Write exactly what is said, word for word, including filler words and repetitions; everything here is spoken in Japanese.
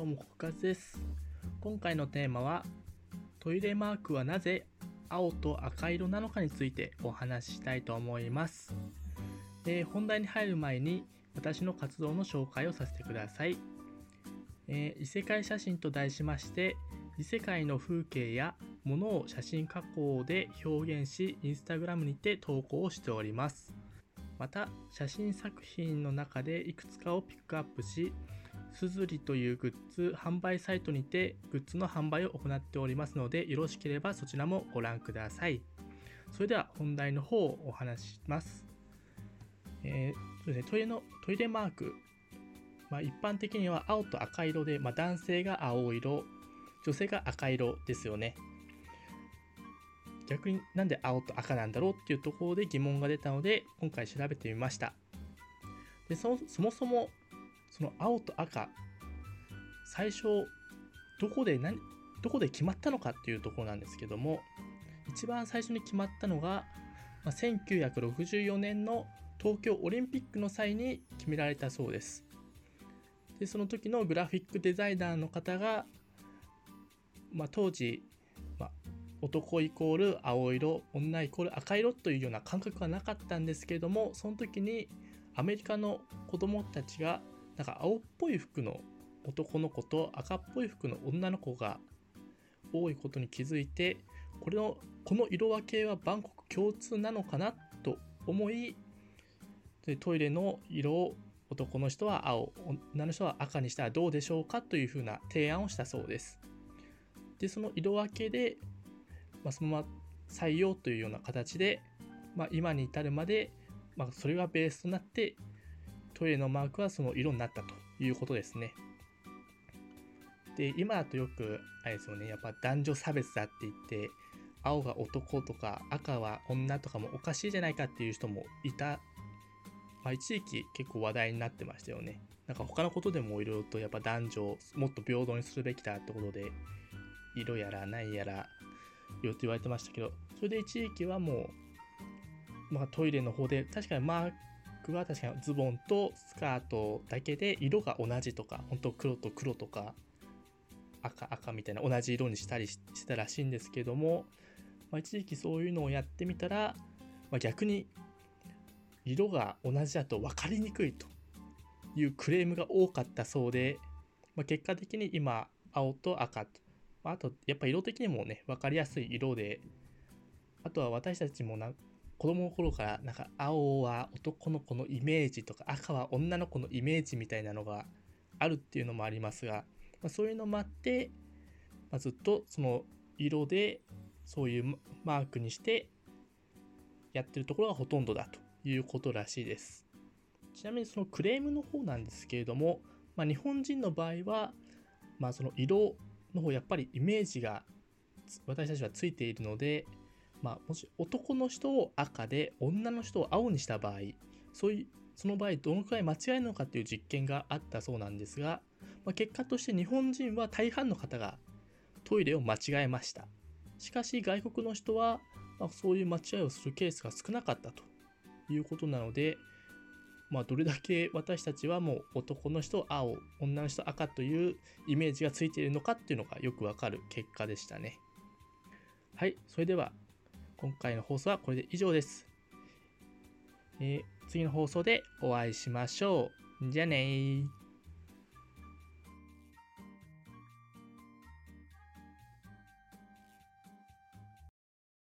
どうも、こかずです。今回のテーマは、トイレマークはなぜ青と赤色なのかについてお話ししたいと思います。で、本題に入る前に、私の活動の紹介をさせてください。えー、異世界写真と題しまして、異世界の風景やものを写真加工で表現し、インスタグラムにて投稿をしております。また、写真作品の中でいくつかをピックアップし、すずりというグッズ販売サイトにてグッズの販売を行っておりますので、よろしければそちらもご覧ください。それでは本題の方をお話しします。えーそうですね、トイレのトイレマーク、まあ、一般的には青と赤色で、まあ、男性が青色、女性が赤色ですよね。逆になんで青と赤なんだろうっていうところで疑問が出たので、今回調べてみました。で そ, そもそもその青と赤、最初どこで何どこで決まったのかっていうところなんですけども、一番最初に決まったのが、まあ、せんきゅうひゃくろくじゅうよねんの東京オリンピックの際に決められたそうです。でその時のグラフィックデザイナーの方が、まあ、当時、まあ、男イコール青色、女イコール赤色というような感覚はなかったんですけれども、その時にアメリカの子供たちがなんか青っぽい服の男の子と赤っぽい服の女の子が多いことに気づいて、これのこの色分けは万国共通なのかなと思い、でトイレの色を男の人は青、女の人は赤にしたらどうでしょうかというふうな提案をしたそうです。でその色分けで、まあ、そのまま採用というような形で、まあ、今に至るまで、まあ、それがベースとなってトイレのマークはその色になったということですね。で今だとよくあれですよね、やっぱ男女差別だって言って、青が男とか赤は女とかもおかしいじゃないかっていう人もいた、まあ、一時期結構話題になってましたよね。なんか他のことでもいろいろとやっぱ男女をもっと平等にするべきだってことで、色やら何やらいろいろと言われてましたけど、それで一時期はもう、まあ、トイレの方で確かにマークは確かにズボンとスカートだけで色が同じとか、本当黒と黒とか赤赤みたいな同じ色にしたりしてたらしいんですけども、まあ、一時期そういうのをやってみたら、まあ、逆に色が同じだと分かりにくいというクレームが多かったそうで、まあ、結果的に今青と赤と、あとやっぱ色的にもね分かりやすい色で、あとは私たちもな子供の頃からなんか青は男の子のイメージとか赤は女の子のイメージみたいなのがあるっていうのもありますが、まあ、そういうのもあって、まあ、ずっとその色でそういうマークにしてやってるところがほとんどだということらしいです。ちなみにそのクレームの方なんですけれども、まあ、日本人の場合は、まあ、その色の方やっぱりイメージが私たちはついているので、まあ、もし男の人を赤で女の人を青にした場合、そういうその場合どのくらい間違いなのかという実験があったそうなんですが、まあ、結果として日本人は大半の方がトイレを間違えました。しかし外国の人は、まあ、そういう間違いをするケースが少なかったということなので、まあ、どれだけ私たちはもう男の人青、女の人赤というイメージがついているのかっていうのがよくわかる結果でしたね。はい、それでは今回の放送はこれで以上です。えー、次の放送でお会いしましょう。じゃあねー。